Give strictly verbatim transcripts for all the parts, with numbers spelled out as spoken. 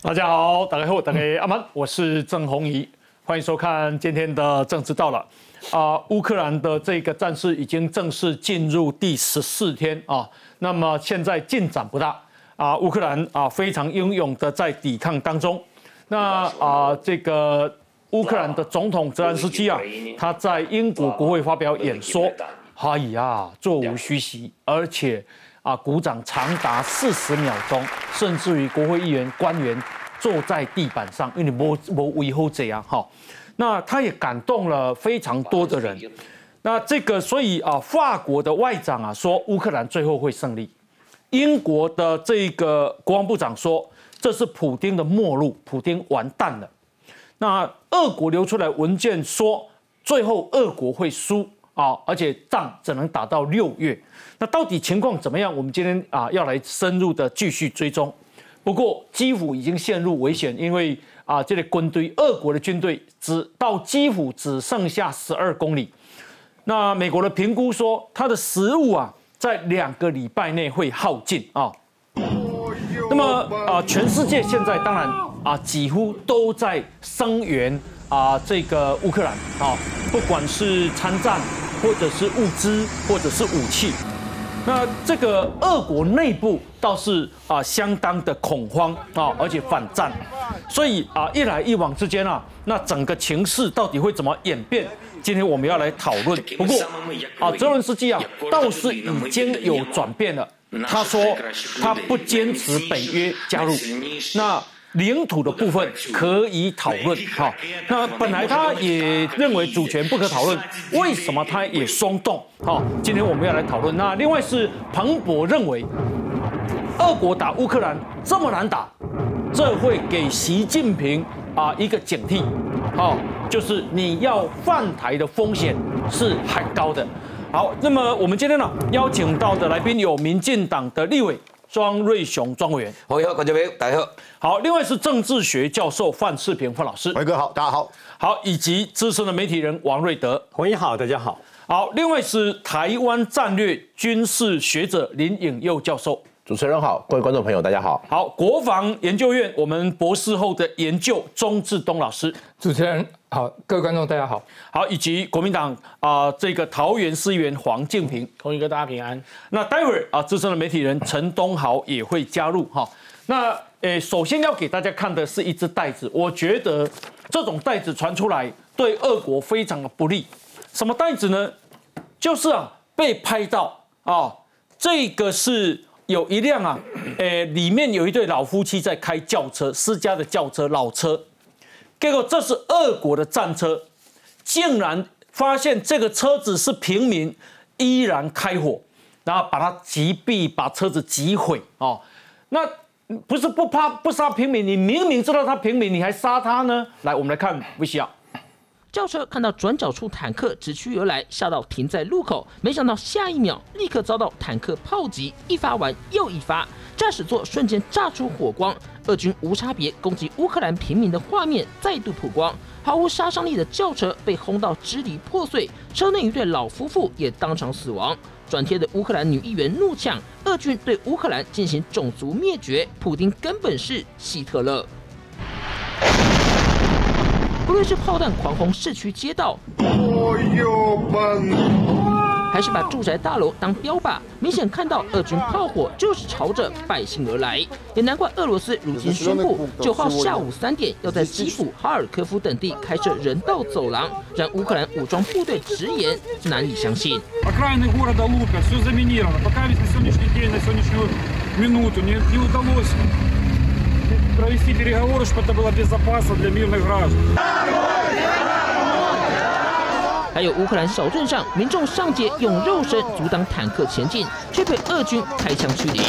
大家好，大家好，大家阿曼，我是郑弘仪，欢迎收看今天的政治到了。啊、呃，乌克兰的这个战事已经正式进入第十四天啊，那么现在进展不大啊、呃，乌克兰啊、呃、非常英勇的在抵抗当中。那啊、呃，这个乌克兰的总统泽连斯基啊，他在英国国会发表演说，哎呀，座无虚席，而且。啊，鼓掌长达四十秒钟，甚至于国会议员、官员坐在地板上，因为你没没维护这样哈。那他也感动了非常多的人。那这个，所以啊，法国的外长啊说乌克兰最后会胜利。英国的这个国防部长说这是普丁的末路，普丁完蛋了。那俄国流出来文件说，最后俄国会输。啊，而且仗只能打到六月，那到底情况怎么样？我们今天啊要来深入的继续追踪。不过基辅已经陷入危险，因为啊这个军队，俄国的军队只到基辅只剩下十二公里。那美国的评估说，它的食物啊在两个礼拜内会耗尽啊。那么啊，全世界现在当然啊几乎都在声援啊这个乌克兰啊，不管是参战。或者是物资，或者是武器，那这个俄国内部倒是啊相当的恐慌啊，而且反战，所以啊一来一往之间啊，那整个情势到底会怎么演变？今天我们要来讨论。不过啊，泽伦斯基啊倒是已经有转变了，他说他不坚持北约加入，那。领土的部分可以讨论，哈，那本来他也认为主权不可讨论，为什么他也松动？好，今天我们要来讨论。那另外是彭博认为，俄国打乌克兰这么难打，这会给习近平啊一个警惕，好，就是你要犯台的风险是很高的。好，那么我们今天呢邀请到的来宾有民进党的立委。庄瑞雄庄委员， 好，观众朋友，大家好。 好，另外是政治学教授范世平范老师， 伟哥好，大家好。 好，以及资深的媒体人王瑞德， 洪毅好，大家好。 好，另外是台湾战略军事学者林颖佑教授， 主持人好，各位观众朋友大家好。 好，国防研究院我们博士后的研究钟志东老师， 主持人好，各位观众大家好。 好，以及国民党啊、呃、这个桃园市议员黄敬平， 洪毅哥大家平安。 那待会儿啊资深的媒体人陈东豪也会加入哈。那诶，首先要给大家看的是一只袋子，我觉得这种袋子传出来对俄国非常的不利。什么袋子呢？就是啊被拍到啊，这个是有一辆啊，诶里面有一对老夫妻在开轿车，私家的轿车老车，结果这是俄国的战车，竟然发现这个车子是平民，依然开火，然后把它击毙，把车子击毁哦。那不是不怕不杀平民，你明明知道他平民，你还杀他呢？来，我们来看 V C R。 轿车看到转角处坦克直驱而来，吓到停在路口，没想到下一秒立刻遭到坦克炮击，一发完又一发，驾驶座瞬间炸出火光，俄军无差别攻击乌克兰平民的画面再度曝光，毫无杀伤力的轿车被轰到支离破碎，车内一对老夫妇也当场死亡。转贴的乌克兰女议员怒呛，俄军对乌克兰进行种族灭绝，普丁根本是希特勒。不论是炮弹狂轰市区街道，还是把住宅大楼当标靶，明显看到俄军炮火就是朝着百姓而来。也难怪俄罗斯如今宣布，九号下午三点要在基辅、哈尔科夫等地开设人道走廊，让乌克兰武装部队直言难以相信。 Окраины города Лука, все заминировано. Пока ведь на сегодняшний день, на сегодняшнюю минуту не, не удалось провести переговоры, чтобы это было безопасно для мирных граждан. 还有乌克兰小镇上，民众上街用肉身阻挡坦克前进，却被俄军开枪驱离。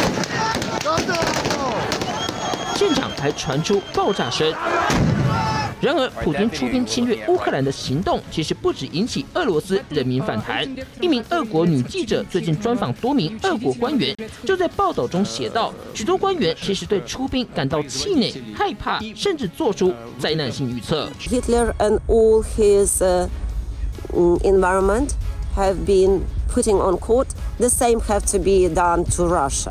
现场还传出爆炸声。然而，普丁出兵侵略乌克兰的行动，其实不止引起俄罗斯人民反弹。一名俄国女记者最近专访多名俄国官员，就在报道中写道，许多官员其实对出兵感到气馁、害怕，甚至做出灾难性预测。 Hitler and all his uh, environment have been putting on court. The same have to be done to Russia.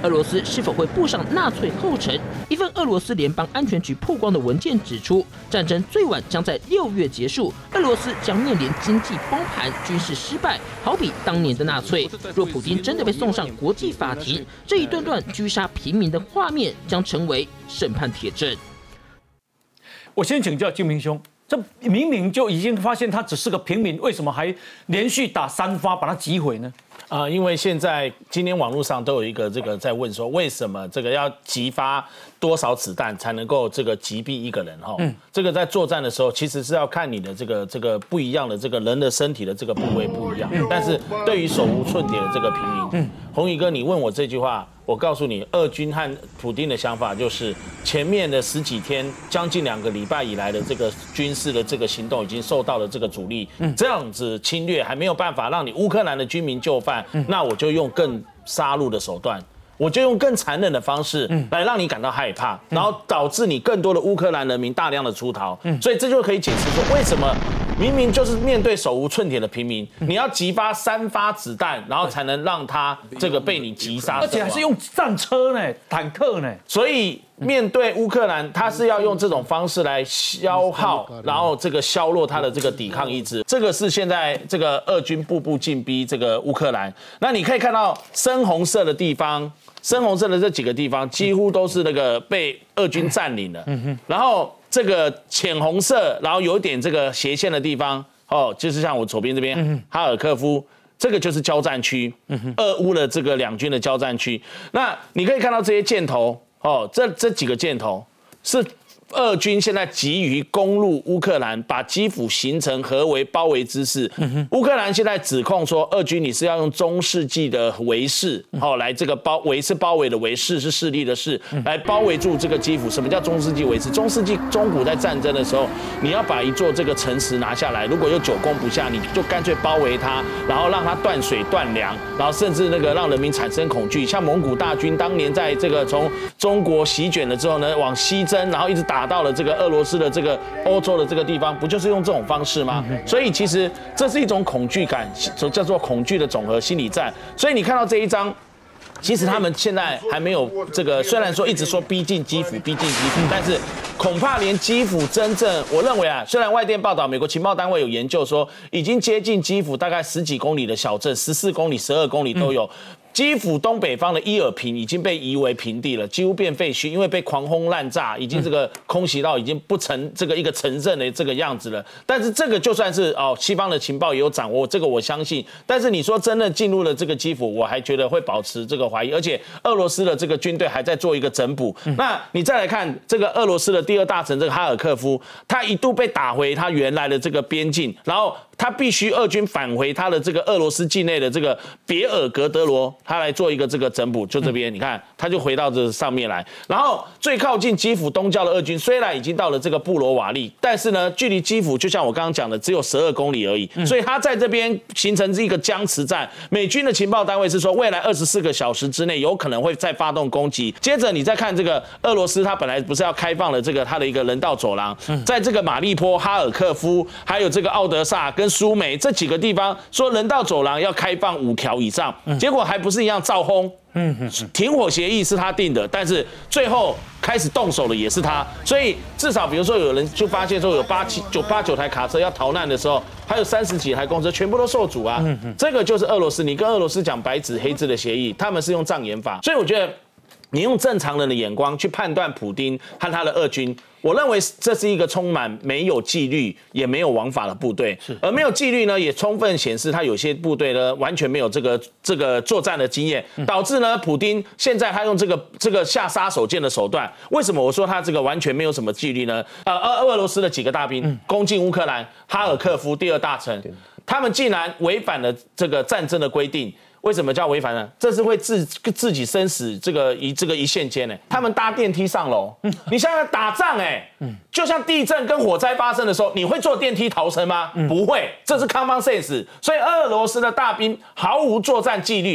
俄罗斯是否会步上纳粹后尘？一份俄罗斯联邦安全局曝光的文件指出，战争最晚将在六月结束，俄罗斯将面临经济崩盘、军事失败，好比当年的纳粹。若普丁真的被送上国际法庭，这一段段狙杀平民的画面将成为审判铁证。 我先请教金明兄，这明明就已经发现他只是个平民，为什么还连续打三发把他击毁呢？ 啊、呃，因为现在今天网络上都有一个这个在问说，为什么这个要击发多少子弹才能够这个击毙一个人哈？嗯，这个在作战的时候其实是要看你的这个这个不一样的这个人的身体的这个部位不一样，嗯、但是对于手无寸铁的这个平民，嗯，宏宇哥，你问我这句话。我告诉你，俄军和普丁的想法就是，前面的十几天、将近两个礼拜以来的这个军事的这个行动已经受到了这个阻力，嗯，这样子侵略还没有办法让你乌克兰的军民就范，嗯，那我就用更杀戮的手段。我就用更残忍的方式来让你感到害怕，然后导致你更多的乌克兰人民大量的出逃，所以这就可以解释说为什么明明就是面对手无寸铁的平民，你要击发三发子弹，然后才能让他这个被你击杀， 而且还是用战车呢、坦克呢。 所以面对乌克兰，他是要用这种方式来消耗，然后这个削弱他的这个抵抗意志。这个是现在这个俄军步步进逼这个乌克兰。那你可以看到深红色的地方。深红色的这几个地方几乎都是那个被俄军占领了，然后这个浅红色，然后有一点这个斜线的地方，哦，就是像我左边这边哈尔科夫，这个就是交战区，俄乌的这个两军的交战区。那你可以看到这些箭头，哦，这这几个箭头是。俄军现在急于攻入乌克兰，把基辅形成合围包围之势。嗯、乌克兰现在指控说，俄军你是要用中世纪的围势，哦，来这个包围是包围的围，势是势力的势，来包围住这个基辅。什么叫中世纪围势？中世纪中古在战争的时候，你要把一座这个城池拿下来，如果有久攻不下，你就干脆包围它，然后让它断水断粮，然后甚至那个让人民产生恐惧。像蒙古大军当年在这个从中国席卷了之后呢，往西征，然后一直打。打到了这个俄罗斯的这个欧洲的这个地方，不就是用这种方式吗？所以其实这是一种恐惧感，叫做恐惧的总和心理战。所以你看到这一张。其实他们现在还没有这个，虽然说一直说逼近基辅，逼近基辅，但是恐怕连基辅真正，我认为啊，虽然外电报道，美国情报单位有研究说，已经接近基辅大概十几公里的小镇，十四公里、十二公里都有。基辅东北方的伊尔平已经被夷为平地了，几乎变废墟，因为被狂轰滥炸，已经这个空袭到已经不成这个一个城镇的这个样子了。但是这个就算是哦，西方的情报也有掌握，这个我相信。但是你说真的进入了这个基辅，我还觉得会保持这个怀疑，而且俄罗斯的这个军队还在做一个整补。嗯、那你再来看这个俄罗斯的第二大城这个哈尔科夫，他一度被打回他原来的这个边境，然后他必须俄军返回他的这个俄罗斯境内的这个别尔格德罗。他来做一个这个整补，就这边、嗯、你看，他就回到这上面来。然后最靠近基辅东郊的俄军虽然已经到了这个布罗瓦利，但是呢，距离基辅就像我刚刚讲的，只有十二公里而已。嗯、所以他在这边形成一个僵持战。美军的情报单位是说，未来二十四个小时之内有可能会再发动攻击。接着你再看这个俄罗斯，他本来不是要开放了这个他的一个人道走廊，嗯、在这个马利坡、哈尔科夫，还有这个奥德萨跟苏梅这几个地方，说人道走廊要开放五条以上，嗯、结果还不是一样照轰。嗯嗯，停火协议是他定的，但是最后开始动手的也是他，所以至少比如说有人就发现说有八七九八九台卡车要逃难的时候，还有三十几台公车全部都受阻啊。嗯嗯，这个就是俄罗斯，你跟俄罗斯讲白纸黑字的协议，他们是用障眼法，所以我觉得你用正常人的眼光去判断普丁和他的俄军。我认为这是一个充满没有纪律也没有王法的部队，而没有纪律呢，也充分显示他有些部队呢完全没有这个这个作战的经验，导致呢普丁现在他用这个这个下杀手锏的手段。为什么我说他这个完全没有什么纪律呢？呃，俄俄罗斯的几个大兵攻进乌克兰哈尔科夫第二大城，他们竟然违反了这个战争的规定。为什么叫违反呢？这是会自自己生死这个一这个一线间呢？他们搭电梯上楼，你想想打仗哎，就像地震跟火灾发生的时候，你会坐电梯逃生吗？不会，这是 common sense。所以俄罗斯的大兵毫无作战纪律。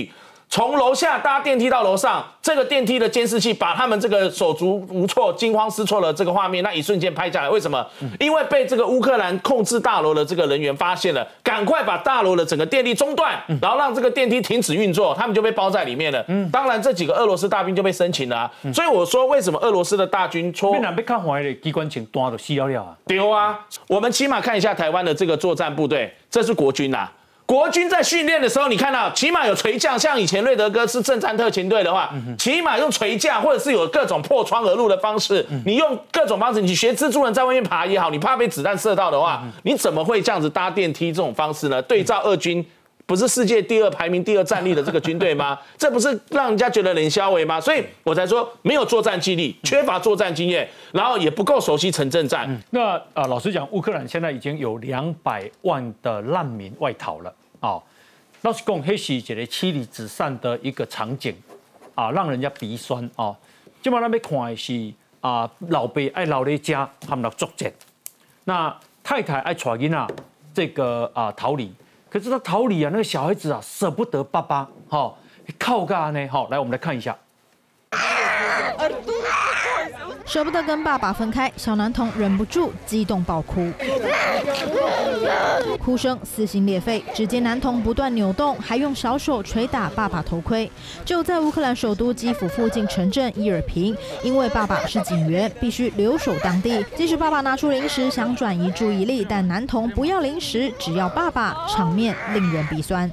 从楼下搭电梯到楼上，这个电梯的监视器把他们这个手足无措、惊慌失措的这个画面，那一瞬间拍下来。为什么？因为被这个乌克兰控制大楼的这个人员发现了，赶快把大楼的整个电力中断，然后让这个电梯停止运作，他们就被包在里面了。当然，这几个俄罗斯大兵就被生擒了啊。所以我说，为什么俄罗斯的大军戳？ 越南被看坏的机关枪端都死了了啊！ 丢啊！我们起码看一下台湾的这个作战部队，这是国军呐、啊。国军在训练的时候，你看到起码有垂降，像以前瑞德哥是政战特勤队的话，起码用垂降或者是有各种破窗而入的方式，你用各种方式，你学蜘蛛人在外面爬也好，你怕被子弹射到的话，你怎么会这样子搭电梯这种方式呢？对照俄军。不是世界第二排名第二战力的这个军队吗？这不是让人家觉得冷笑话吗？所以我才说没有作战纪律，缺乏作战经验，然后也不够熟悉城镇战。 嗯、那啊、呃，老实讲，乌克兰现在已经有两百万的难民外逃了啊、哦。老实讲，那是一个妻离子散的一个场景啊，让人家鼻酸啊。今晚咱要看的是啊，老爸爱留在家，他们来作战。那太太爱带囡仔这个啊逃离。可是他逃离啊，那个小孩子啊舍不得爸爸，好靠嘎呢，好来我们来看一下。 舍不得跟爸爸分开，小男童忍不住激动爆哭，哭声撕心裂肺。只见男童不断扭动，还用小手捶打爸爸头盔。就在乌克兰首都基辅附近城镇伊尔平，因为爸爸是警员，必须留守当地。即使爸爸拿出零食想转移注意力，但男童不要零食，只要爸爸，场面令人鼻酸。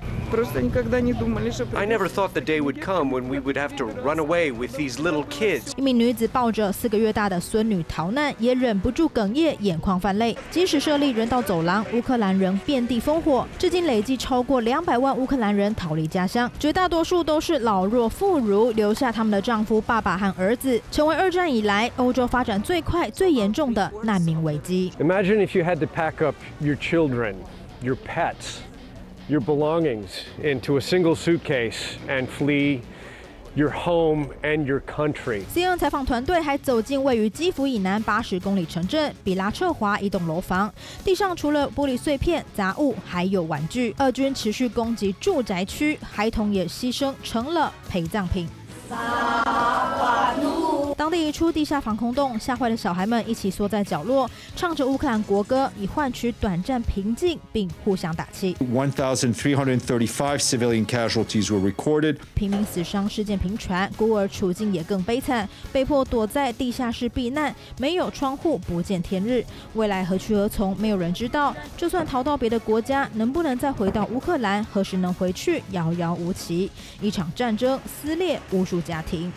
I never thought the day would come when we would have to run away with these little kids. 一名女子抱着四个月大的孙女逃难，也忍不住哽咽，眼眶泛泪。即使设立人道走廊，乌克兰仍遍地烽火，至今累计超过两百万乌克兰人逃离家乡，绝大多数都是老弱妇孺，留下他们的丈夫、爸爸和儿子，成为二战以来欧洲发展最快、最严重的难民危机。 Imagine if you had to pack up your children, your pets, your belongings into a single suitcase and flee your home and your country. C N N 采访团队还走进位于基辅以南八十公里城镇比拉彻华一栋楼房，地上除了玻璃碎片、杂物，还有玩具。俄军持续攻击住宅区，孩童也牺牲成了陪葬品。当地一处地下防空洞，吓坏的小孩们一起缩在角落，唱着乌克兰国歌，以换取短暂平静，并互相打气。 one thousand three hundred thirty-five civilian casualties were recorded. 平民死伤事件频传，孤儿处境也更悲惨，被迫躲在地下室避难，没有窗户，不见天日。未来何去何从，没有人知道。就算逃到别的国家，能不能再回到乌克兰，何时能回去，遥遥无期。一场战争撕裂无数家庭。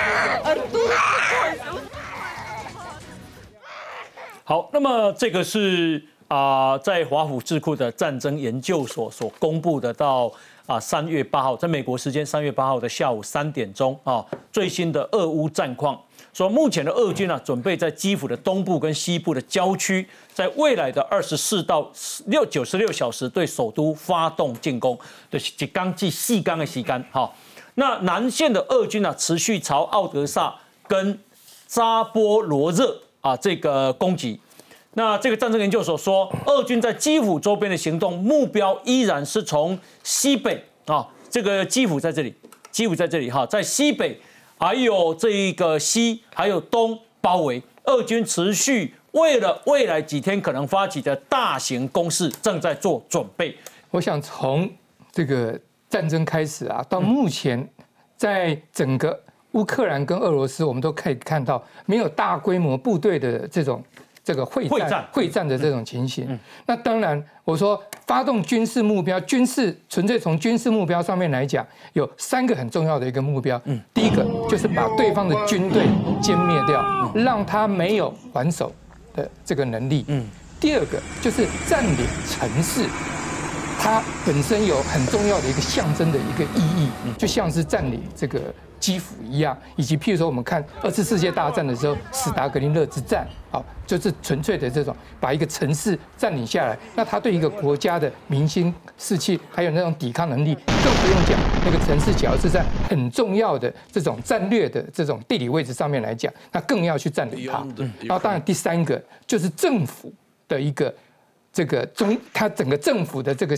好，那么这个是啊、呃，在华府智库的战争研究所所公布的到啊三月八号，在美国时间三月八号的下午三点钟啊，最新的俄乌战况。说目前的俄军啊，准备在基辅的东部跟西部的郊区，在未来的二十四到六九十六小时对首都发动进攻，就是一缸即四缸的时间哈。那南线的俄军啊，持续朝奥德萨跟扎波罗热啊这个攻击。那这个战争研究所说，俄军在基辅周边的行动目标依然是从西北啊，这个基辅在这里，基辅在这里哈，在西北还有这个西还有东包围，俄军持续为了未来几天可能发起的大型攻势正在做准备。 我想从这个战争开始啊，到目前，在整个乌克兰跟俄罗斯，我们都可以看到没有大规模部队的这种这个会战会战的这种情形。嗯、那当然，我说发动军事目标，军事纯粹从军事目标上面来讲，有三个很重要的一个目标。嗯、第一个就是把对方的军队歼灭掉，嗯、让他没有还手的这个能力。嗯、第二个就是占领城市。它本身有很重要的一个象征的一个意义，就像是占领这个基辅一样，以及譬如说我们看二次世界大战的时候，史达格林勒之战，啊，就是纯粹的这种把一个城市占领下来。那它对一个国家的民心士气，还有那种抵抗能力，更不用讲。那个城市只要是在很重要的这种战略的这种地理位置上面来讲，那更要去占领它。然后当然第三个就是政府的一个。这个中，它整个政府的这个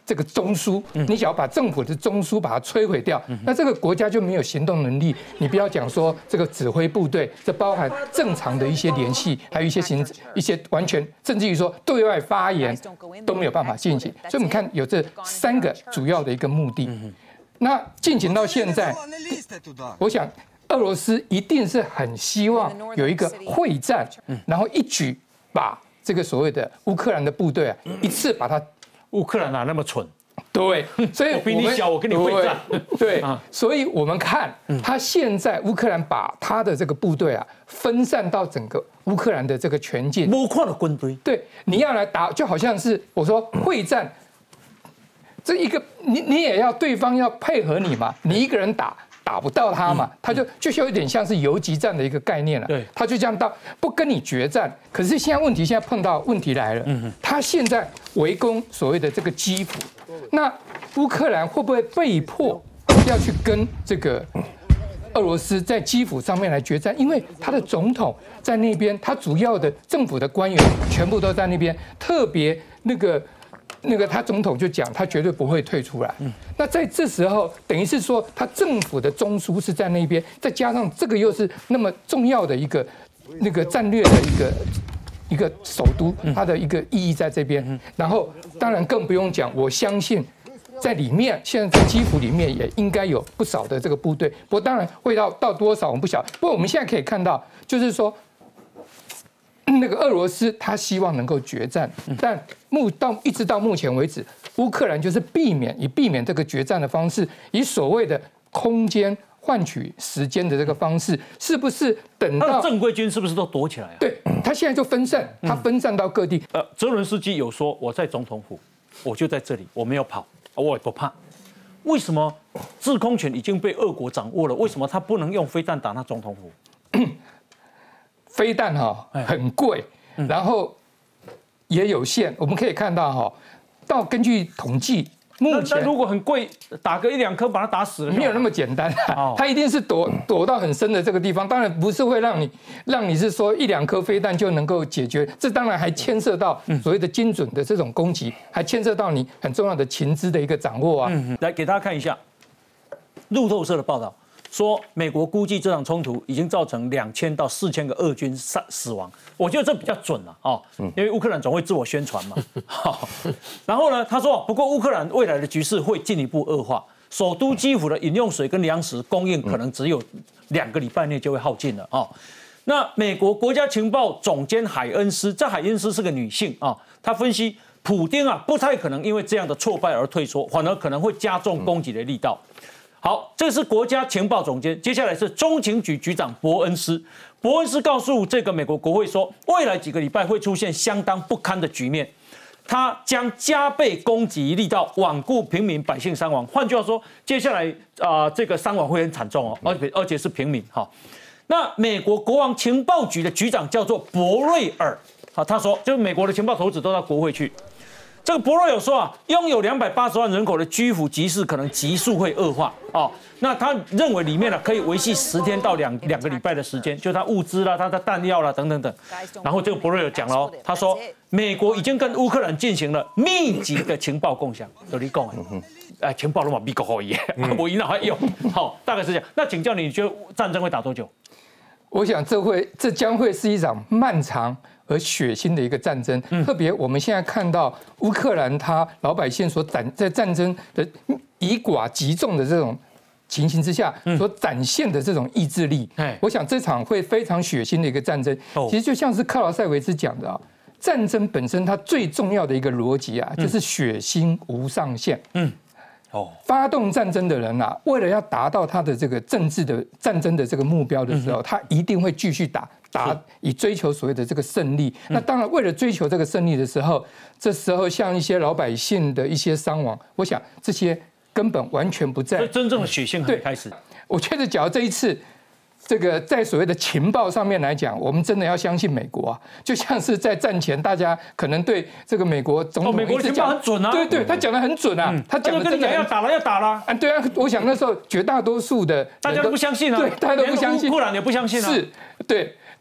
这个中枢，你想要把政府的中枢把它摧毁掉，那这个国家就没有行动能力。你不要讲说这个指挥部队，这包含正常的一些联系，还有一些行一些完全，甚至于说对外发言都没有办法进行。所以你看有这三个主要的一个目的。那进行到现在，我想俄罗斯一定是很希望有一个会战，然后一举把这个所谓的乌克兰的部队啊，一次把它。 乌克兰哪那么蠢？ 对，所以我比你小，我跟你会战。 对，对所以我们看他现在乌克兰把他的这个部队啊分散到整个乌克兰的这个全境， 摸跨了军队。 对，你要来打，就好像是我说会战，这一个你你也要对方要配合你嘛，你一个人打。打不到他嘛，他就就有点像是游击战的一个概念了。对，他就这样到不跟你决战。可是现在问题，现在碰到问题来了。嗯他现在围攻所谓的这个基辅，那乌克兰会不会被迫要去跟这个俄罗斯在基辅上面来决战？因为他的总统在那边，他主要的政府的官员全部都在那边，特别那个。那个他总统就讲，他绝对不会退出来。那在这时候，等于是说，他政府的中枢是在那边，再加上这个又是那么重要的一个那个战略的一个一个首都，它的一个意义在这边。然后，当然更不用讲，我相信在里面，现在在基辅里面也应该有不少的这个部队。不过，当然会到到多少我们不晓得。不过我们现在可以看到，就是说。那个俄罗斯他希望能够决战，但目到一直到目前为止，乌克兰就是避免以避免这个决战的方式，以所谓的空间换取时间的这个方式，是不是等到正规军是不是都躲起来啊？ 对，他现在就分散，他分散到各地。 呃，泽伦斯基有说我在总统府，我就在这里，我没有跑，我也不怕。为什么制空权已经被俄国掌握了？为什么他不能用飞弹打那总统府？ 飞弹哈很贵，然后也有限。我们可以看到哈，到根据统计，目前那如果很贵，打个一两颗把它打死了， 没有那么简单啊。它一定是躲躲到很深的这个地方，当然不是会让你让你是说一两颗飞弹就能够解决。这当然还牵涉到所谓的精准的这种攻击，还牵涉到你很重要的情资的一个掌握啊。 来给大家看一下路透社的报道。说美国估计这场冲突已经造成两千到四千个俄军死死亡，我觉得这比较准了哦，因为乌克兰总会自我宣传嘛。然后呢，他说，不过乌克兰未来的局势会进一步恶化，首都基辅的饮用水跟粮食供应可能只有两个礼拜内就会耗尽了哦。那美国国家情报总监海恩斯，这海恩斯是个女性啊，她分析，普丁啊不太可能因为这样的挫败而退缩，反而可能会加重攻击的力道。好，这是国家情报总监。接下来是中情局局长伯恩斯。伯恩斯告诉这个美国国会说，未来几个礼拜会出现相当不堪的局面，他将加倍攻击力道，罔顾平民百姓伤亡。换句话说，接下来啊、呃，这个伤亡会很惨重哦，而且而且是平民哈。那美国国防情报局的局长叫做博瑞尔，好，他说，就是美国的情报头子都到国会去。这个博瑞有说啊，拥有两百八十万人口的基辅局势可能急速会恶化哦。那他认为里面呢可以维系十天到两两个礼拜的时间，就他物资啦、他的弹药啦等等等。然后这个博瑞有讲了哦，他说美国已经跟乌克兰进行了密集的情报共享，有你讲哎，哎，情报都嘛美国可以，我一哪还用？好，大概是这样。那请教你，你觉得战争会打多久？ 我想这会这将会是一场漫长而血腥的一个战争，嗯、特别我们现在看到乌克兰他老百姓所展在战争的以寡击众的这种情形之下所展现的这种意志力，嗯、我想这场会非常血腥的一个战争。哦、其实就像是克劳塞维兹讲的啊，战争本身它最重要的一个逻辑啊，就是血腥无上限。嗯。哦，发动战争的人啊，为了要达到他的这个政治的战争的这个目标的时候，他一定会继续打打，以追求所谓的这个胜利。那当然，为了追求这个胜利的时候，这时候像一些老百姓的一些伤亡，我想这些根本完全不在。 所以真正的血腥还没开始。 我觉得，假如这一次。这个在所谓的情报上面来讲，我们真的要相信美国啊！就像是在战前，大家可能对这个美国总统美国的情报很准啊， 对对，他讲的很准啊，他讲的真的要打了要打了啊，对啊，我想那时候绝大多数的大家都不相信啊， 对，大家都不相信， 乌克兰也不相信啊， 是，对。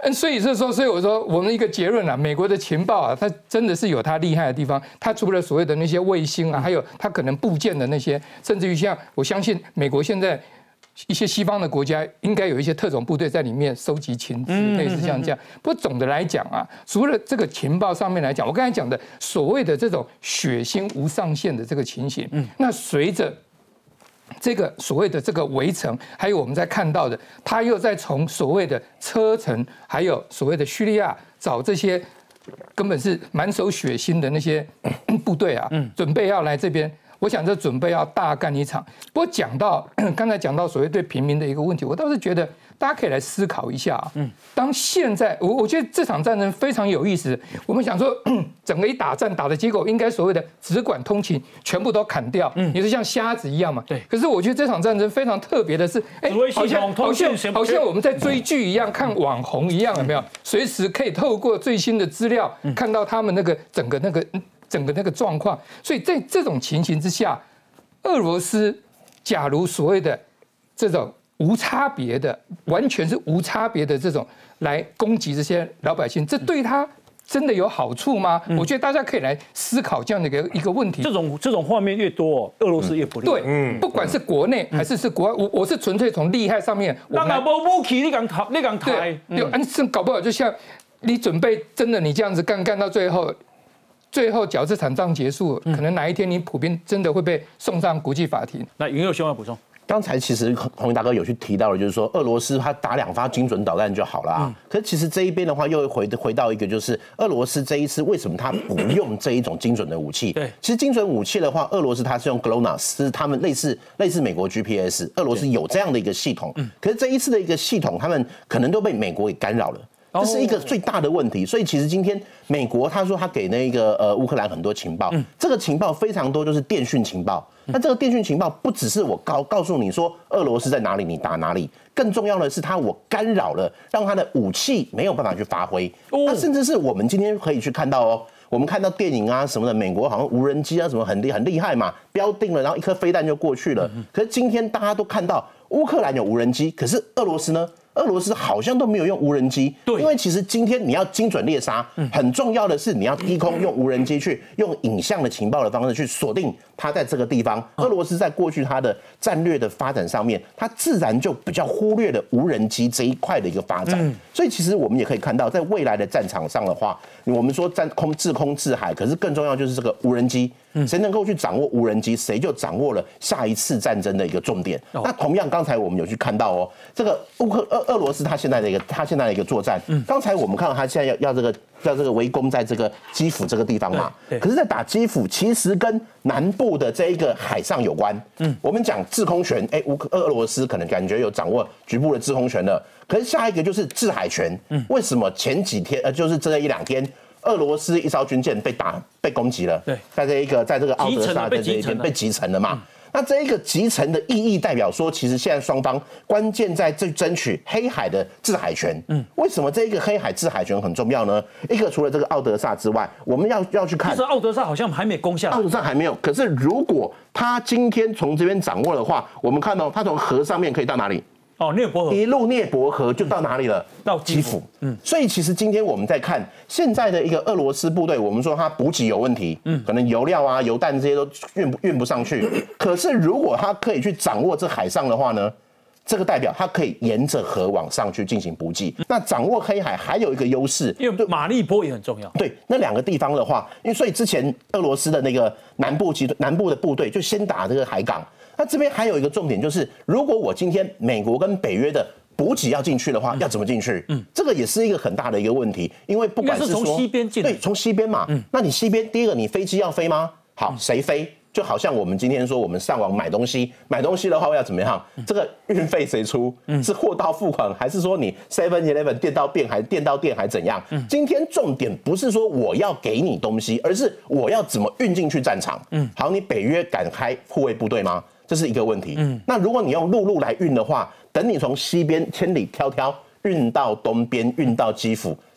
嗯，所以这时候，所以我说，我们一个结论啊，美国的情报啊，它真的是有它厉害的地方。它除了所谓的那些卫星啊，还有它可能部件的那些，甚至于像我相信美国现在一些西方的国家应该有一些特种部队在里面收集情资，类似像这样。不过总的来讲啊，除了这个情报上面来讲，我刚才讲的所谓的这种血腥无上限的这个情形，那随着这个所谓的这个围城，还有我们在看到的，他又在从所谓的车臣，还有所谓的叙利亚找这些根本是满手血腥的那些部队啊，准备要来这边。我想这准备要大干一场。不过讲到刚才讲到所谓对平民的一个问题，我倒是觉得大家可以来思考一下啊。当现在我我觉得这场战争非常有意思。我们想说整个一打战打的结果，应该所谓的直管通勤全部都砍掉，也是像瞎子一样嘛。对。可是我觉得这场战争非常特别的是，哎，好像好像好像我们在追剧一样，看网红一样，有没有？随时可以透过最新的资料看到他们那个整个那个。整个那个状况，所以在这种情形之下，俄罗斯假如所谓的这种无差别的，完全是无差别的这种来攻击这些老百姓，这对他真的有好处吗？嗯、我觉得大家可以来思考这样的一个一个问题。 这种这种画面越多，俄罗斯越不利。 对，嗯、不管是国内还是是国外，我我是纯粹从利害上面。 那老包武器，你敢台，你敢台？ 对，安甚搞不好就像你准备真的你这样子干干到最后。最后，只要这场仗结束，可能哪一天你普遍真的会被送上国际法庭。 那云佑兄要补充， 刚才其实洪毅大哥有去提到的，就是说俄罗斯他打两发精准导弹就好了啊。嗯、可是其实这一边的话，又回回到一个，就是俄罗斯这一次为什么他不用这一种精准的武器？对，其实精准武器的话，俄罗斯它是用 GLONASS， 是他们类似类似美国 G P S， 俄罗斯有这样的一个系统。可是这一次的一个系统，他们可能都被美国给干扰了。这是一个最大的问题，所以其实今天美国他说他给那个呃乌克兰很多情报，嗯、这个情报非常多，就是电讯情报。那这个电讯情报不只是我告告诉你说俄罗斯在哪里，你打哪里，更重要的是他我干扰了，让他的武器没有办法去发挥。哦、那甚至是我们今天可以去看到哦，我们看到电影啊什么的，美国好像无人机啊什么很厉很厉害嘛，标定了，然后一颗飞弹就过去了。嗯、可是今天大家都看到乌克兰有无人机，可是俄罗斯呢？俄罗斯好像都没有用无人机，因为其实今天你要精准猎杀，很重要的是你要低空用无人机去用影像的情报的方式去锁定它在这个地方。俄罗斯在过去它的战略的发展上面，它自然就比较忽略了无人机这一块的一个发展。所以其实我们也可以看到，在未来的战场上的话，我们说战空制空制海，可是更重要就是这个无人机。谁能够去掌握无人机，谁就掌握了下一次战争的一个重点。哦、那同样，刚才我们有去看到哦，这个乌克俄俄罗斯它现在的一个它现在的一个作战，嗯、刚才我们看到它现在要要这个要这个围攻在这个基辅这个地方嘛，可是，在打基辅其实跟南部的这一个海上有关。嗯，我们讲制空权，哎，乌克俄罗斯可能感觉有掌握局部的制空权了，可是下一个就是制海权。嗯，为什么前几天呃，就是这一两天？俄罗斯一艘军舰被打被攻击了，对，在这一个在这个奥德萨的这一边被击沉了嘛。嗯、那这一个击沉的意义代表说，其实现在双方关键在这争取黑海的制海权。嗯，为什么这一个黑海制海权很重要呢？一个除了这个奥德萨之外，我们要要去看， 其实奥德萨好像还没攻下来， 奥德萨还没有。可是如果他今天从这边掌握的话，我们看到他从河上面可以到哪里？ 哦，涅伯河一路涅伯河就到哪里了？ 到基辅。嗯，所以其实今天我们在看现在的一个俄罗斯部队，我们说它补给有问题，嗯，可能油料啊、油弹这些都运不运不上去。可是如果它可以去掌握这海上的话呢，这个代表它可以沿着河往上去进行补给。那掌握黑海还有一个优势， 因为马利波也很重要。 对，那两个地方的话，因为所以之前俄罗斯的那个南部集南部的部队就先打这个海港。那这边还有一个重点就是，如果我今天美国跟北约的补给要进去的话，要怎么进去？嗯，这个也是一个很大的一个问题，因为不管是说从西边进， 对，从西边嘛。嗯，那你西边第一个，你飞机要飞吗？好，谁飞？就好像我们今天说，我们上网买东西，买东西的话要怎么样？这个运费谁出？是货到付款，还是说你 seven eleven 店到店还店到店还怎样？今天重点不是说我要给你东西，而是我要怎么运进去战场。嗯，好，你北约敢开护卫部队吗？这是一个问题。嗯，那如果你用陆路来运的话，等你从西边千里迢迢运到东边，运到基辅，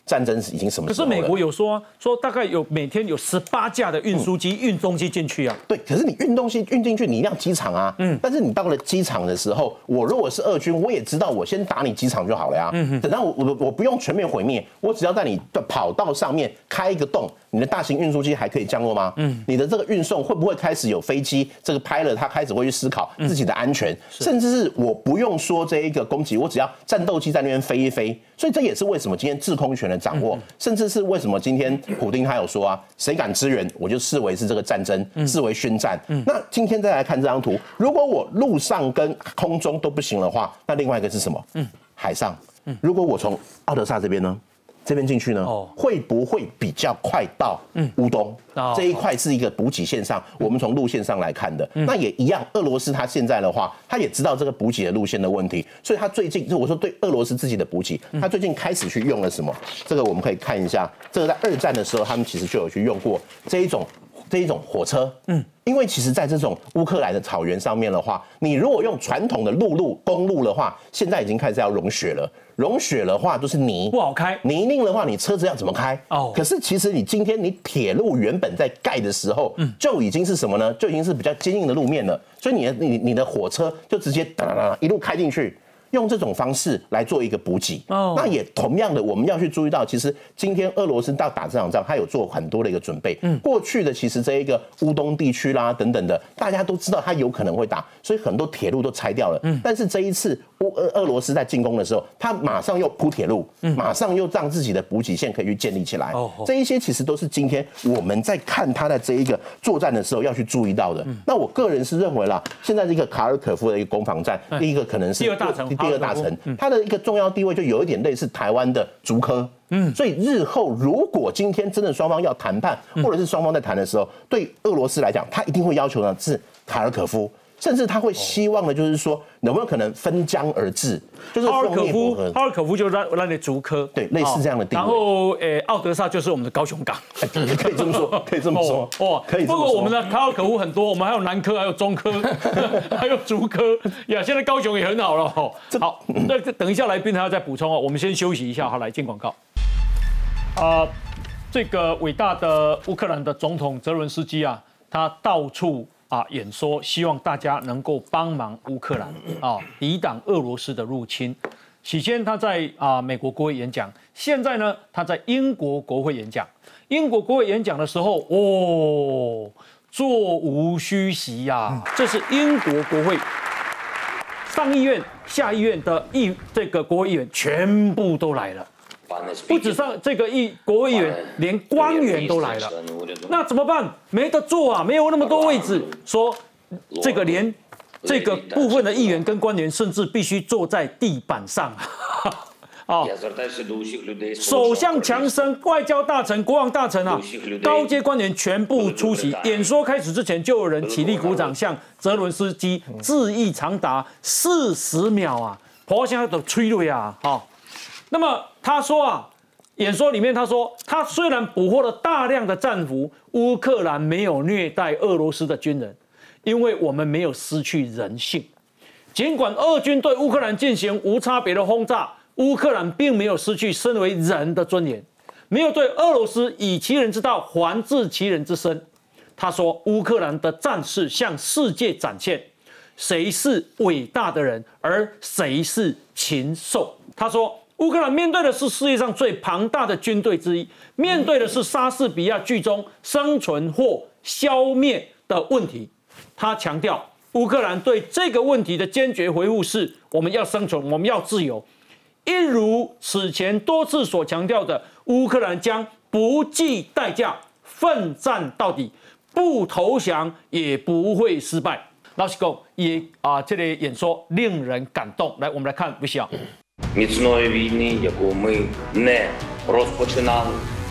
战争已经什么时候了？ 可是美国有说说大概有每天有十八架的运输机运东西进去啊。 对，可是你运东西运进去，你一定要机场啊。嗯。但是你到了机场的时候，我如果是俄军，我也知道我先打你机场就好了呀。嗯。等到我我我不用全面毁灭，我只要在你的跑道上面开一个洞，你的大型运输机还可以降落吗？嗯。你的这个运送会不会开始有飞机这个pilot他开始会去思考自己的安全，嗯、甚至是我不用说这一个攻击，我只要战斗机在那边飞一飞。所以这也是为什么今天制空权的掌握，嗯、甚至是为什么今天普丁他有说啊，谁敢支援，我就视为是这个战争，嗯、视为宣战。嗯、那今天再来看这张图，如果我陆上跟空中都不行的话，那另外一个是什么？嗯、海上。嗯、如果我从奥德萨这边呢？这边进去呢，哦、会不会比较快到乌东？嗯、这一块是一个补给线上，我们从路线上来看的。嗯、那也一样，俄罗斯他现在的话，他也知道这个补给的路线的问题，所以他最近，就我说对俄罗斯自己的补给，他最近开始去用了什么？这个我们可以看一下，这个在二战的时候，他们其实就有去用过这一种这一种火车。嗯。因为其实，在这种乌克兰的草原上面的话，你如果用传统的陆路公路的话，现在已经开始要融雪了。融雪的话都是泥， 不好开。 泥泞的话，你车子要怎么开？哦。可是其实你今天你铁路原本在盖的时候，嗯，就已经是什么呢？就已经是比较坚硬的路面了。所以你的你你的火车就直接哒哒哒一路开进去。用这种方式来做一个补给，哦，那也同样的，我们要去注意到，其实今天俄罗斯到打这场仗，他有做很多的一个准备。嗯，过去的其实这一个乌东地区啦等等的，大家都知道他有可能会打，所以很多铁路都拆掉了。嗯，但是这一次乌俄俄罗斯在进攻的时候，他马上又铺铁路，嗯，马上又让自己的补给线可以去建立起来。哦，这一些其实都是今天我们在看他的这一个作战的时候要去注意到的。嗯，那我个人是认为啦，现在这个卡尔可夫的一个攻防战，嗯、第一个可能是第二大城。 第二大城，它的一个重要地位就有一点类似台湾的竹科，嗯，所以日后如果今天真的双方要谈判，或者是双方在谈的时候，对俄罗斯来讲，他一定会要求的是卡尔可夫，甚至他会希望的就是说，有没有可能分疆而治，就是哈尔可夫，哈尔可夫就是让让你竹科， 对，类似这样的地位。 然后，诶，奥德萨就是我们的高雄港， 可以这么说，可以这么说，哦，可以这么说。不过我们的哈尔可夫很多，我们还有南科，还有中科，还有竹科呀。现在高雄也很好了，哦。好，那等一下来宾还要再补充哦。我们先休息一下，好，来进广告。啊，这个伟大的乌克兰的总统泽伦斯基啊，他到处啊演说，希望大家能够帮忙乌克兰啊，抵挡俄罗斯的入侵。起先他在啊美国国会演讲，现在呢他在英国国会演讲。英国国会演讲的时候，哦，座无虚席呀、啊，这是英国国会上议院、下议院的议这个国会议员全部都来了。不止上这个议国会议员，连官员都来了。那怎么办？没得坐啊，没有那么多位置。说这个连这个部分的议员跟官员，甚至必须坐在地板上。哦，首相强生、外交大臣、国防大臣啊，高阶官员全部出席。演说开始之前，就有人起立鼓掌，向泽伦斯基致意长达四十秒啊，婆现在都催泪啊，哈、哦。那么他说啊，演说里面他说，他虽然捕获了大量的战俘，乌克兰没有虐待俄罗斯的军人，因为我们没有失去人性。尽管俄军对乌克兰进行无差别的轰炸，乌克兰并没有失去身为人的尊严，没有对俄罗斯以其人之道还治其人之身。他说，乌克兰的战士向世界展现谁是伟大的人，而谁是禽兽。他说，乌克兰面对的是世界上最庞大的军队之一，面对的是莎士比亚剧中生存或消灭的问题。他强调，乌克兰对这个问题的坚决回复是：我们要生存，我们要自由。一如此前多次所强调的，乌克兰将不计代价奋战到底，不投降也不会失败。老实讲，也啊，这类演说令人感动。来，我们来看 V C R。 Міцної війни, яку ми не розпочинали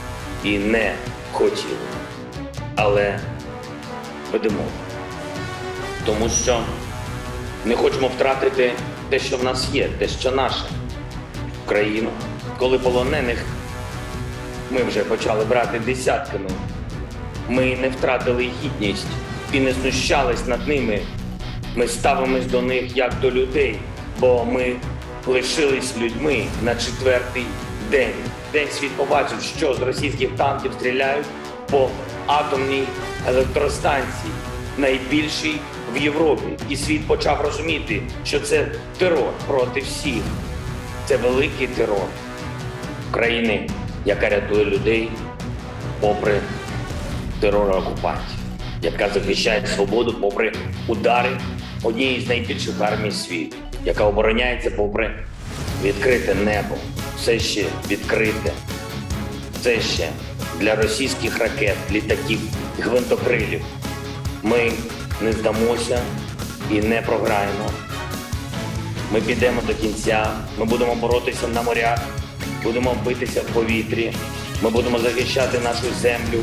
і не хотіли, але ведемо. Тому що не хочемо втратити те, що в нас є, те, що наше. Країну, коли полонених ми вже почали брати десятками, ми не втратили гідність і не знущались над ними. Ми ставимось до них як до людей, бо ми лишились людьми на четвертий день день світ побачив, що з російських танків стріляють по атомній електростанції, найбільшій в Європі. І світ почав розуміти, що це терор проти всіх. Це великий терор країни, яка рятує людей попри терор окупантів, яка захищає свободу попри удари однієї з найбільших армій світу, яка обороняється попри відкрите небо, все ще відкрите, все ще для російських ракет, літаків, гвинтокрилів. Ми не здамося і не програємо. Ми підемо до кінця, ми будемо боротися на морях, будемо битися в повітрі, ми будемо захищати нашу землю,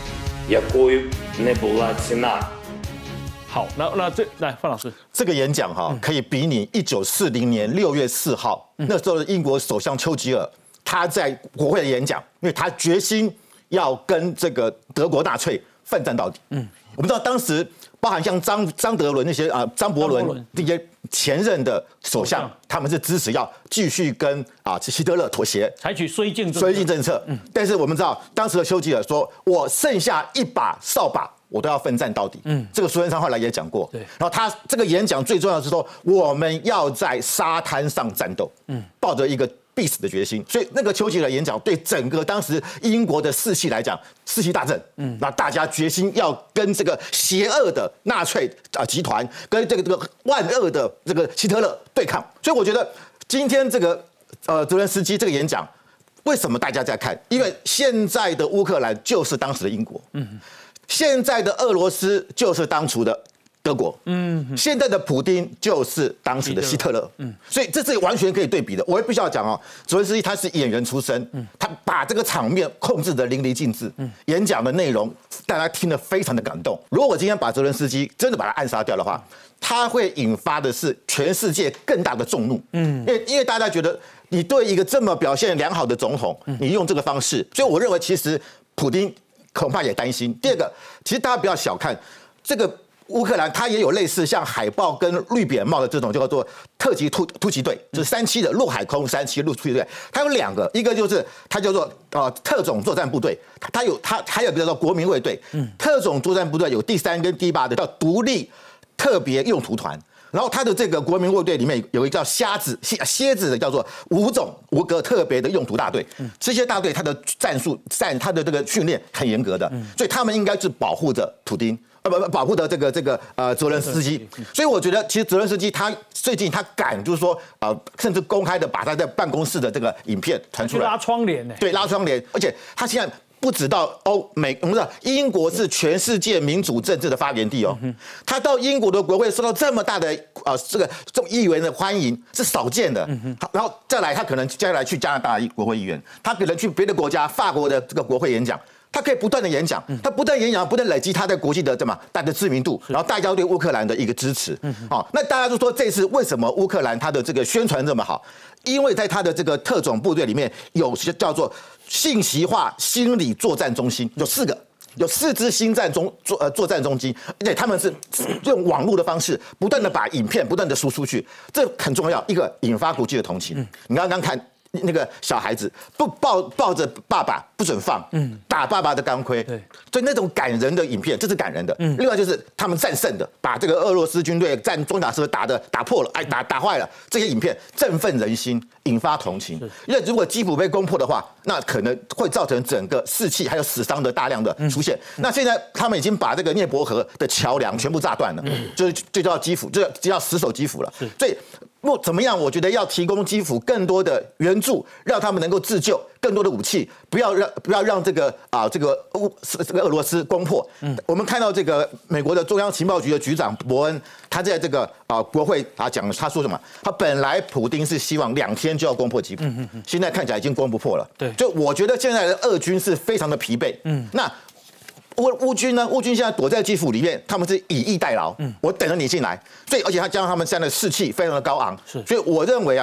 якою не була ціна. 好，那那这来范老师， 这个演讲哈，可以比拟一九四零年六月四号、嗯、那时候的英国首相丘吉尔他在国会的演讲，因为他决心要跟这个德国纳粹奋战到底。嗯，我们知道当时包含像张张德伦那些啊张伯伦这些前任的首相，他们是支持要继续跟啊希特勒妥协， 采取绥靖绥靖政策。嗯，但是我们知道当时的丘吉尔说，我剩下一把扫把。我都要奋战到底。嗯，这个苏贞昌后来也讲过。对，然后他这个演讲最重要的是说，我们要在沙滩上战斗。嗯，抱着一个必死的决心。所以那个丘吉尔的演讲对整个当时英国的士气来讲，士气大振。嗯，那大家决心要跟这个邪恶的纳粹啊集团，跟这个这个万恶的这个希特勒对抗。所以我觉得今天这个呃泽连斯基这个演讲，为什么大家在看？因为现在的乌克兰就是当时的英国。嗯。现在的俄罗斯就是当初的德国，嗯，现在的普丁就是当时的希特勒，嗯，所以这是完全可以对比的。我也必须要讲哦，泽连斯基他是演员出身，嗯，他把这个场面控制得淋漓尽致，嗯，演讲的内容大家听得非常的感动。如果我今天把泽连斯基真的把他暗杀掉的话，他会引发的是全世界更大的众怒，嗯，因为因为大家觉得你对一个这么表现良好的总统，你用这个方式，所以我认为其实普丁恐怕也担心。第二个，其实大家不要小看这个乌克兰，它也有类似像海豹跟绿扁帽的这种叫做特级突突击队，就是三七的陆海空三七陆突击队。它有两个，一个就是它叫做呃特种作战部队，它有它还有一个叫做国民卫队。嗯，特种作战部队有第三跟第八的叫独立特别用途团。然后他的这个国民卫队里面有一个叫瞎子蝎蝎子的，叫做五种五个特别的用途大队。这些大队他的战术战他的这个训练很严格的，所以他们应该是保护着普丁，呃不不保护着这个这个呃泽连斯基。所以我觉得其实泽连斯基他最近他敢就是说呃甚至公开的把他在办公室的这个影片传出来， 拉窗帘呢？ 对，拉窗帘，而且他现在。不止到欧美，我们知道英国是全世界民主政治的发源地哦。他到英国的国会受到这么大的呃这个众议员的欢迎是少见的。然后再来，他可能接下来去加拿大国会议员，他可能去别的国家，法国的这个国会演讲。他可以不断的演讲，他不断演讲，不断累积他在国际的这么大的知名度，然后大家对乌克兰的一个支持。好，那大家就说这次为什么乌克兰他的这个宣传这么好？因为在他的这个特种部队里面有叫做信息化心理作战中心，有四个。有四支心战中作呃作战中心，而且他们是用网络的方式不断的把影片不断的输出去，这很重要。一个引发国际的同情。你刚刚看那个小孩子不抱抱着爸爸不准放，嗯，打爸爸的钢盔，对，所以那种感人的影片，这是感人的。嗯，另外就是他们战胜的，把这个俄罗斯军队战装甲车打的打破了，哎，打打坏了，这些影片振奋人心，引发同情。因为如果基辅被攻破的话，那可能会造成整个士气还有死伤的大量的出现。嗯、那现在他们已经把这个涅伯河的桥梁全部炸断了，嗯、就是就叫基辅，就就要死守基辅了。所以。不怎么样？我觉得要提供基辅更多的援助，让他们能够自救，更多的武器，不要让不要让这个啊这个乌这个俄罗斯攻破。嗯，我们看到这个美国的中央情报局的局长伯恩，他在这个啊国会啊讲，他说什么？他本来普丁是希望两天就要攻破基辅，嗯嗯，现在看起来已经攻不破了。对，就我觉得现在的俄军是非常的疲惫。嗯，那。乌乌军呢？乌军现在躲在基辅里面，他们是以逸待劳。嗯，我等着你进来。所以，而且他加上他们现在的士气非常的高昂。是，所以我认为啊，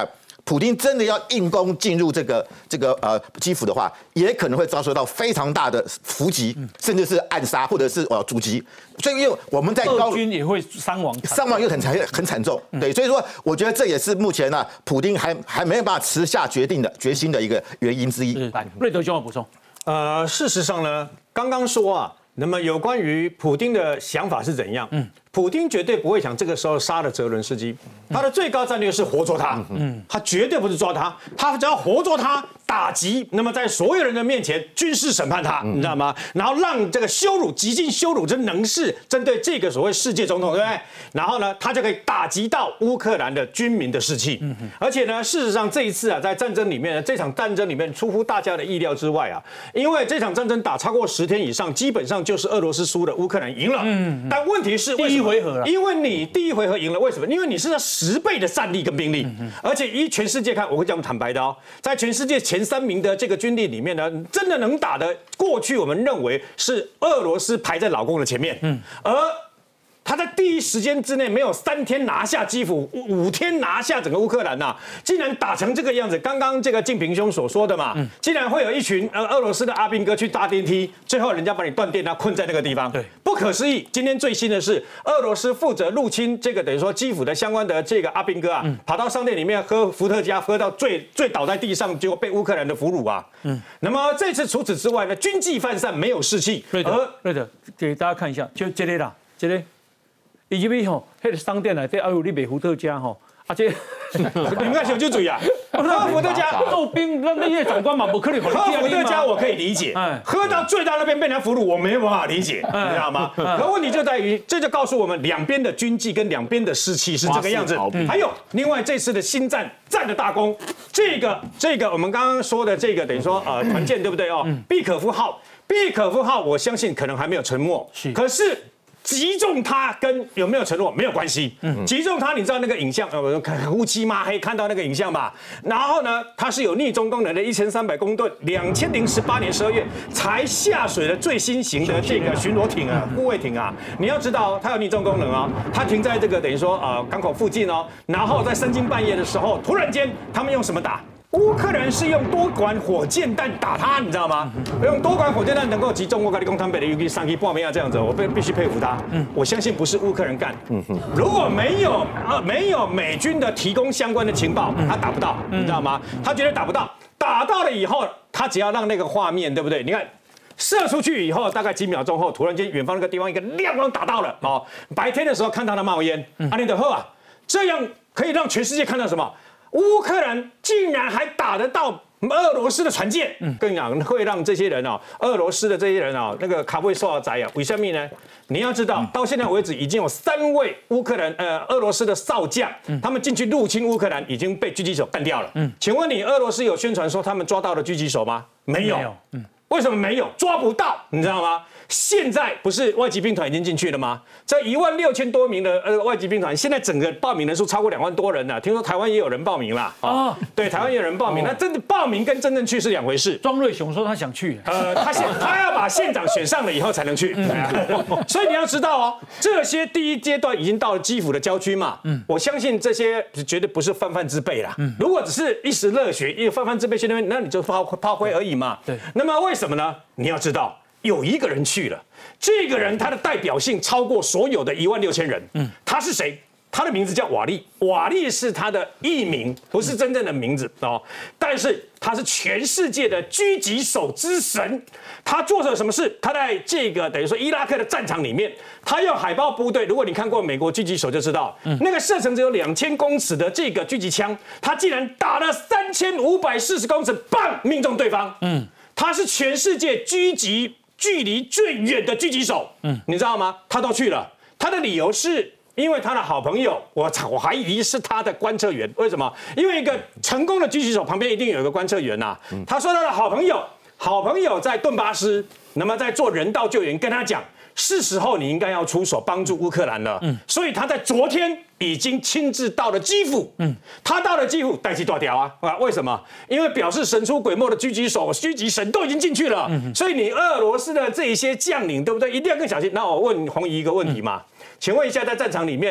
普丁真的要硬攻进入这个这个呃基辅的话，也可能会遭受到非常大的伏击，嗯、甚至是暗杀或者是呃阻击。所以因为我们在高俄军也会伤亡， 伤亡又很惨很惨重，嗯、对，所以说我觉得这也是目前呢、啊，普丁还还没有办法持下决定的决心的一个原因之一。 来，瑞德兄要补充。 呃，事实上呢，刚刚说啊，那么有关于普丁的想法是怎样？嗯。普丁绝对不会想这个时候杀了泽伦斯基，他的最高战略是活捉他，嗯，他绝对不是抓他，他只要活捉他，打击，那么在所有人的面前军事审判他，你知道吗？然后让这个羞辱，极尽羞辱之能事，针对这个所谓世界总统，对不对？然后呢，他就可以打击到乌克兰的军民的士气，而且呢，事实上这一次啊，在战争里面，这场战争里面出乎大家的意料之外啊，因为这场战争打超过十天以上，基本上就是俄罗斯输了，乌克兰赢了，嗯，但问题是为什么？回合了，因为你第一回合赢了，为什么？因为你是要十倍的战力跟兵力，嗯、而且依全世界看，我会讲坦白的哦，在全世界前三名的这个军力里面呢，真的能打的，过去我们认为是俄罗斯排在老共的前面，嗯，而他在第一时间之内没有三天拿下基辅，五天拿下整个乌克兰呐、啊，竟然打成这个样子。刚刚这个敬平兄所说的嘛，嗯、竟然会有一群呃俄罗斯的阿兵哥去搭电梯，最后人家把你断电啊，困在那个地方，对，不可思议。今天最新的是，俄罗斯负责入侵这个等于说基辅的相关的这个阿兵哥啊，嗯、跑到商店里面喝伏特加，喝到醉醉倒在地上，结果被乌克兰的俘虏啊。嗯，那么这次除此之外呢，军纪涣散，没有士气。 对的，对的，给大家看一下，就这里啦，这里。以及比吼，迄个商店内底还有你卖伏特加吼，啊这， 你们看小酒嘴啊，喝伏特加揍兵，那那些长官嘛不可能喝伏特加，我可以理解，喝到最大那边被人家俘虏，我没有办法理解，你知道吗？可问题就在于，这就告诉我们两边的军纪跟两边的士气是这个样子。还有另外这次的新战战的大功，这个这个我们刚刚说的这个等于说呃团建对不对哦？毕可夫号，毕可夫号，我相信可能还没有沉没，可是。击中他跟有没有承诺没有关系，嗯，击中他，你知道那个影像，呃，乌漆嘛黑看到那个影像吧？然后呢，它是有逆中功能的，一千三百公吨，两千零十八年十二月才下水的最新型的这个巡逻艇啊，护卫艇啊，你要知道它有逆中功能哦，它停在这个等于说呃港口附近哦，然后在深更半夜的时候，突然间他们用什么打？乌克兰是用多管火箭弹打他，你知道吗？用多管火箭弹能够击中我跟你讲，台北的游击上去半面啊这样子，我必必须佩服他。嗯，我相信不是乌克兰干。嗯哼，如果没有呃没有美军的提供相关的情报，他打不到，你知道吗？他绝对打不到。打到了以后，他只要让那个画面，对不对？你看。射出去以后，大概几秒钟后，突然间远方那个地方一个亮光打到了哦。白天的时候看到他冒烟，阿尼德赫啊，这样可以让全世界看到什么？乌克兰竟然还打得到俄罗斯的船舰，更讲会让这些人哦，俄罗斯的这些人哦，那个卡布受到宰啊。为什么呢？你要知道，到现在为止已经有三位乌克兰呃俄罗斯的少将，他们进去入侵乌克兰，已经被狙击手干掉了。嗯，请问你俄罗斯有宣传说他们抓到了狙击手吗？没有。嗯。为什么没有抓不到？你知道吗？现在不是外籍兵团已经进去了吗？这一万六千多名的呃外籍兵团，现在整个报名人数超过两万多人了。听说台湾也有人报名了啊，对，台湾也有人报名。那真的报名跟真正去是两回事。 庄瑞雄说他想去， 呃，他现他要把县长选上了以后才能去。所以你要知道哦，这些第一阶段已经到了基辅的郊区嘛。嗯，我相信这些绝对不是泛泛之辈啦。嗯，如果只是一时热血，一泛泛之辈去那边，那你就抛抛灰而已嘛。对。那么为什么呢？你要知道。有一个人去了，这个人他的代表性超过所有的一万六千人。嗯，他是谁？他的名字叫瓦利，瓦利是他的艺名，不是真正的名字哦。但是他是全世界的狙击手之神。他做了什么事？他在这个等于说伊拉克的战场里面，他用海豹部队。如果你看过美国狙击手就知道，嗯、那个射程只有两千公尺的这个狙击枪，他竟然打了三千五百四十公尺，棒命中对方。嗯，他是全世界狙击距离最远的狙击手，嗯，你知道吗？他都去了。他的理由是因为他的好朋友，我我怀疑是他的观测员。为什么？因为一个成功的狙击手旁边一定有一个观测员呐、啊。嗯、他说他的好朋友，好朋友在顿巴斯，那么在做人道救援，跟他讲，是时候你应该要出手帮助乌克兰了。嗯，所以他在昨天已经亲自到了基辅。嗯，他到了基辅，带起大条啊啊！为什么？因为表示神出鬼没的狙击手、狙击神都已经进去了。嗯，所以你俄罗斯的这一些将领，对不对？一定要更小心。那我问洪怡一个问题嘛，嗯、请问一下，在战场里面，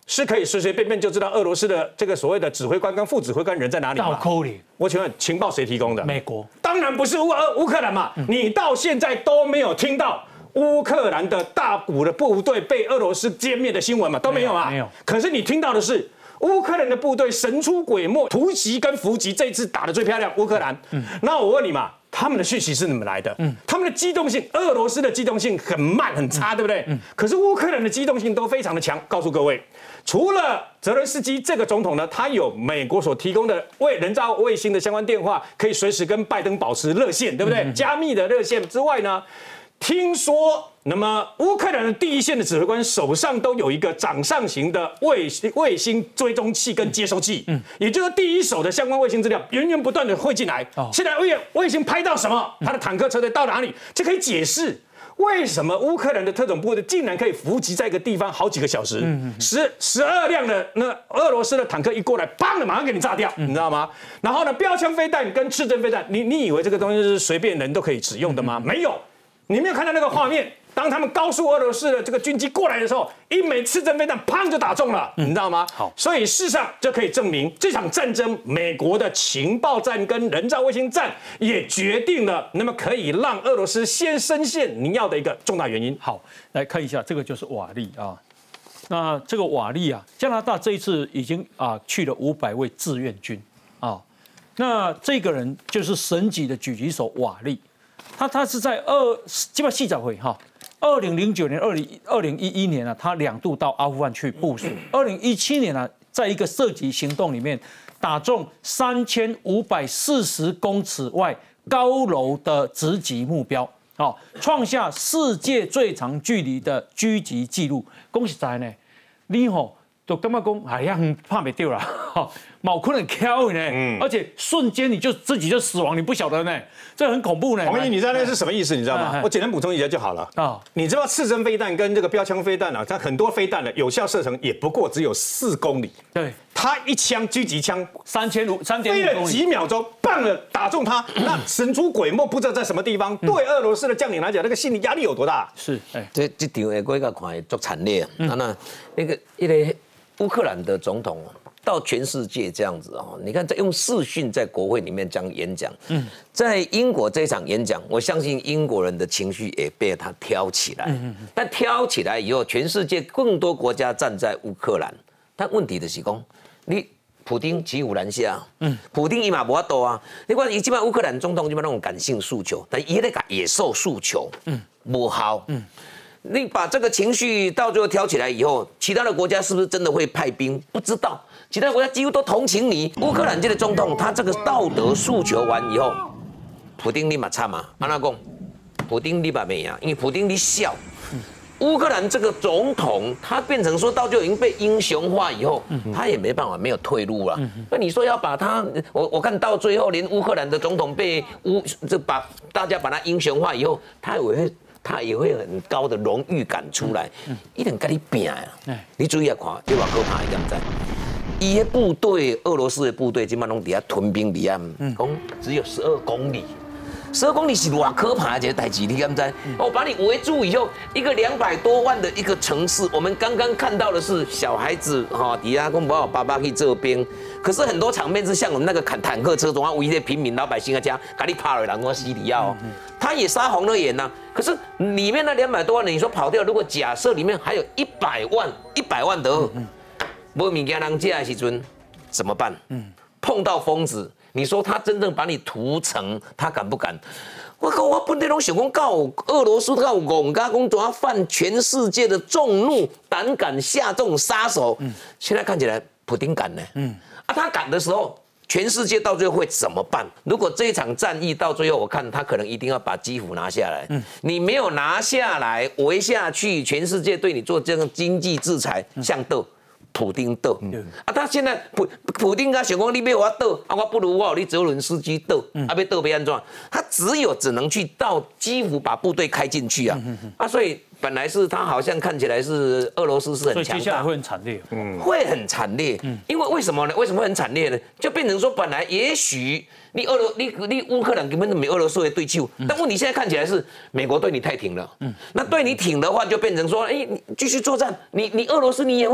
是可以随随便便就知道俄罗斯的这个所谓的指挥官跟副指挥官人在哪里吗？我请问，情报谁提供的？ 美国。 当然不是乌乌克兰嘛，你到现在都没有听到乌克兰的大股的部队被俄罗斯歼灭的新闻嘛？都没有啊。没有。可是你听到的是。乌克兰的部队神出鬼没，突袭跟伏击，这一次打得最漂亮。乌克兰，嗯、那我问你嘛，他们的讯息是怎么来的？嗯、他们的机动性，俄罗斯的机动性很慢很差，嗯、对不对？嗯、可是乌克兰的机动性都非常的强。告诉各位，除了泽伦斯基这个总统呢，他有美国所提供的卫人造卫星的相关电话，可以随时跟拜登保持热线，对不对？嗯、加密的热线之外呢？听说，那么乌克兰的第一线的指挥官手上都有一个掌上型的卫卫星追踪器跟接收器，嗯，也就是第一手的相关卫星资料源源不断的汇进来。哦、现在卫卫星拍到什么，他的坦克车队到哪里，这可以解释为什么乌克兰的特种部队竟然可以伏击在一个地方好几个小时，嗯嗯、十十二辆的那俄罗斯的坦克一过来，砰的马上给你炸掉，嗯、你知道吗？然后呢，标枪飞弹跟刺针飞弹，你你以为这个东西是随便人都可以使用的吗？嗯、没有。你没有看到那个画面，当他们高速俄罗斯的这个军机过来的时候，一枚刺针飞弹砰就打中了，嗯、你知道吗？好，所以事实上这可以证明这场战争，美国的情报战跟人造卫星战也决定了，那么可以让俄罗斯先深陷你要的一个重大原因。 好，来看一下，这个就是瓦利啊。那这个瓦利啊，加拿大这一次已经啊去了五百位志愿军啊。那这个人就是神级的狙击手瓦利。他他是在二基本细早会哈，二零零九年、二零二零一一年啊，他两度到阿富汗去部署。二零一七年啊，在一个射击行动里面，打中三千五百四十公尺外高楼的直击目标，哦，创下世界最长距离的狙击记录。恭喜在呢，你吼都感觉讲哎呀，怕没掉了，哈，毛可能挑呢，嗯，而且瞬间你就自己就死亡，你不晓得呢。这很恐怖呢。 黄毅，你知道那是什么意思？你知道吗？我简单补充一下就好了。啊，你知道刺针飞弹跟这个标枪飞弹啊，它很多飞弹的有效射程也不过只有四公里。 对， 它一枪狙击枪三千五三点飞了几秒钟，棒了打中它，那神出鬼没，不知道在什么地方。对俄罗斯的将领来讲，那个心理压力有多大？ 是， 哎，这这场的我个看足惨烈啊。那那个一个乌克兰的总统。到全世界这样子哦，你看在用视讯在国会里面讲演讲，嗯，在英国这场演讲，我相信英国人的情绪也被他挑起来，嗯嗯，但挑起来以后，全世界更多国家站在乌克兰，但问题就是讲，你普丁骑虎难下，嗯，普丁伊嘛无法度啊，你看伊基本乌克兰总统基本那种感性诉求，但伊那个野兽诉求，嗯，不好，嗯。你把这个情绪到最后挑起来以后，其他的国家是不是真的会派兵？不知道，其他国家几乎都同情你。乌克兰这个总统，他这个道德诉求完以后，普丁立马差嘛，安那讲，普丁立马没赢，因为普丁你笑。乌克兰这个总统，他变成说到最后已经被英雄化以后，他也没办法，没有退路了。那你说要把他，我我看到最后连乌克兰的总统被乌这把大家把他英雄化以后，他也会。他也会很高的荣誉感出来，一定跟你拼啊！你注意下看，这偌可怕，你敢知？伊的部队，俄罗斯的部队，基本上拢底下屯兵底下，讲只有十二公里，十二公里是偌可怕的一个代志，你敢知？我把你围住以后，一个两百多万的一个城市，我们刚刚看到的是小孩子哈底下跟爸爸爸去这边，可是很多场面是像我们那个砍坦克车，总要围一些平民老百姓啊家，把你趴了，然后西里亚哦。他也杀红了眼呐、啊，可是里面那两百多万人，你说跑掉，如果假设里面还有一百万、一百万的，没物件人借的时阵怎么办？嗯，碰到疯子，你说他真正把你屠城，他敢不敢？我靠，我本来拢想讲，告俄罗斯告戆家公，总要犯全世界的众怒，胆敢下这种杀手。嗯，现在看起来普丁敢呢。嗯，啊，他敢的时候。全世界到最后会怎么办？如果这一场战役到最后，我看他可能一定要把基辅拿下来。嗯，你没有拿下来，围下去，全世界对你做这种经济制裁，像斗普丁斗。嗯、啊，他现在普普丁他想讲你要我斗，啊，我不如我有你泽伦斯基斗，啊，要斗要安怎？他只有只能去到基辅把部队开进去啊，嗯、啊，所以。本来是他好像看起来是俄罗斯是很强大，所以接下来会很惨烈， 嗯，会很惨烈，嗯，因为为什么呢？为什么会很惨烈呢？就变成说，本来也许你俄罗你你乌克兰根本就没俄罗斯会对救，嗯、但问题现在看起来是美国对你太挺了，嗯，那对你挺的话，就变成说，哎，你继续作战，你你俄罗斯你也会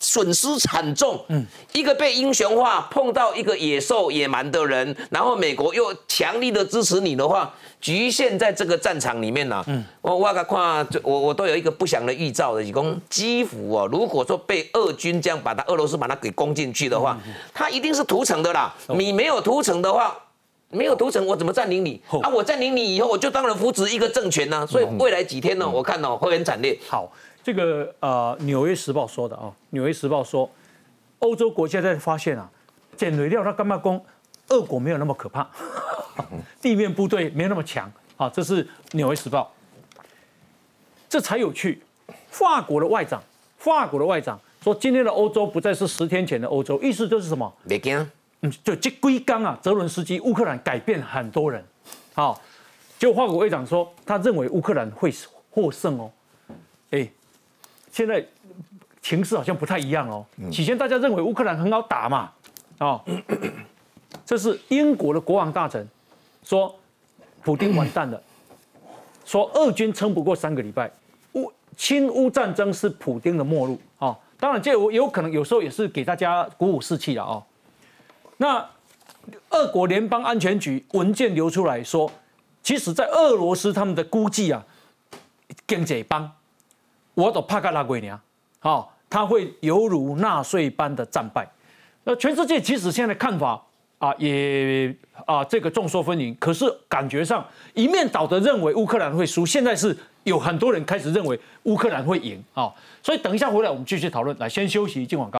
损失惨重。嗯，一个被英雄化，碰到一个野兽野蛮的人，然后美国又强力的支持你的话，局限在这个战场里面呢、啊，嗯，我我个看，我我都有一个不祥的预兆的，是讲基辅哦，如果说被俄军这样把它俄罗斯把它给攻进去的话，它一定是屠城的啦。你没有屠城的话。没有屠城，我怎么占领你啊？我占领你以后，我就当然扶持一个政权呢、啊。所以未来几天呢，我看哦会很惨烈。 好，这个呃，《纽约时报》说的啊，《纽约时报》说，欧洲国家在发现啊，减雷料它干嘛攻？俄国没有那么可怕，地面部队没有那么强啊。这是《纽约时报》，这才有趣。法国的外长，法国的外长说，今天的欧洲不再是十天前的欧洲，意思就是什么？ 别惊。 嗯，就这龟缸啊，泽伦斯基乌克兰改变很多人，好，结果法国外长说，他认为乌克兰会获胜哦，哎，现在情势好像不太一样哦。起先大家认为乌克兰很好打嘛，哦，这是英国的国防大臣说，普丁完蛋了，说俄军撑不过三个礼拜，乌亲乌战争是普丁的末路啊、哦。当然，这有有可能有时候也是给大家鼓舞士气了哦。那俄国联邦安全局文件流出来说，其实，在俄罗斯他们的估计啊，经济帮我都怕个拉鬼娘，好，他会犹如纳粹般的战败。那全世界其实现在看法啊，也啊这个众说纷纭，可是感觉上一面倒的认为乌克兰会输，现在是有很多人开始认为乌克兰会赢啊。所以等一下回来我们继续讨论，来先休息进广告。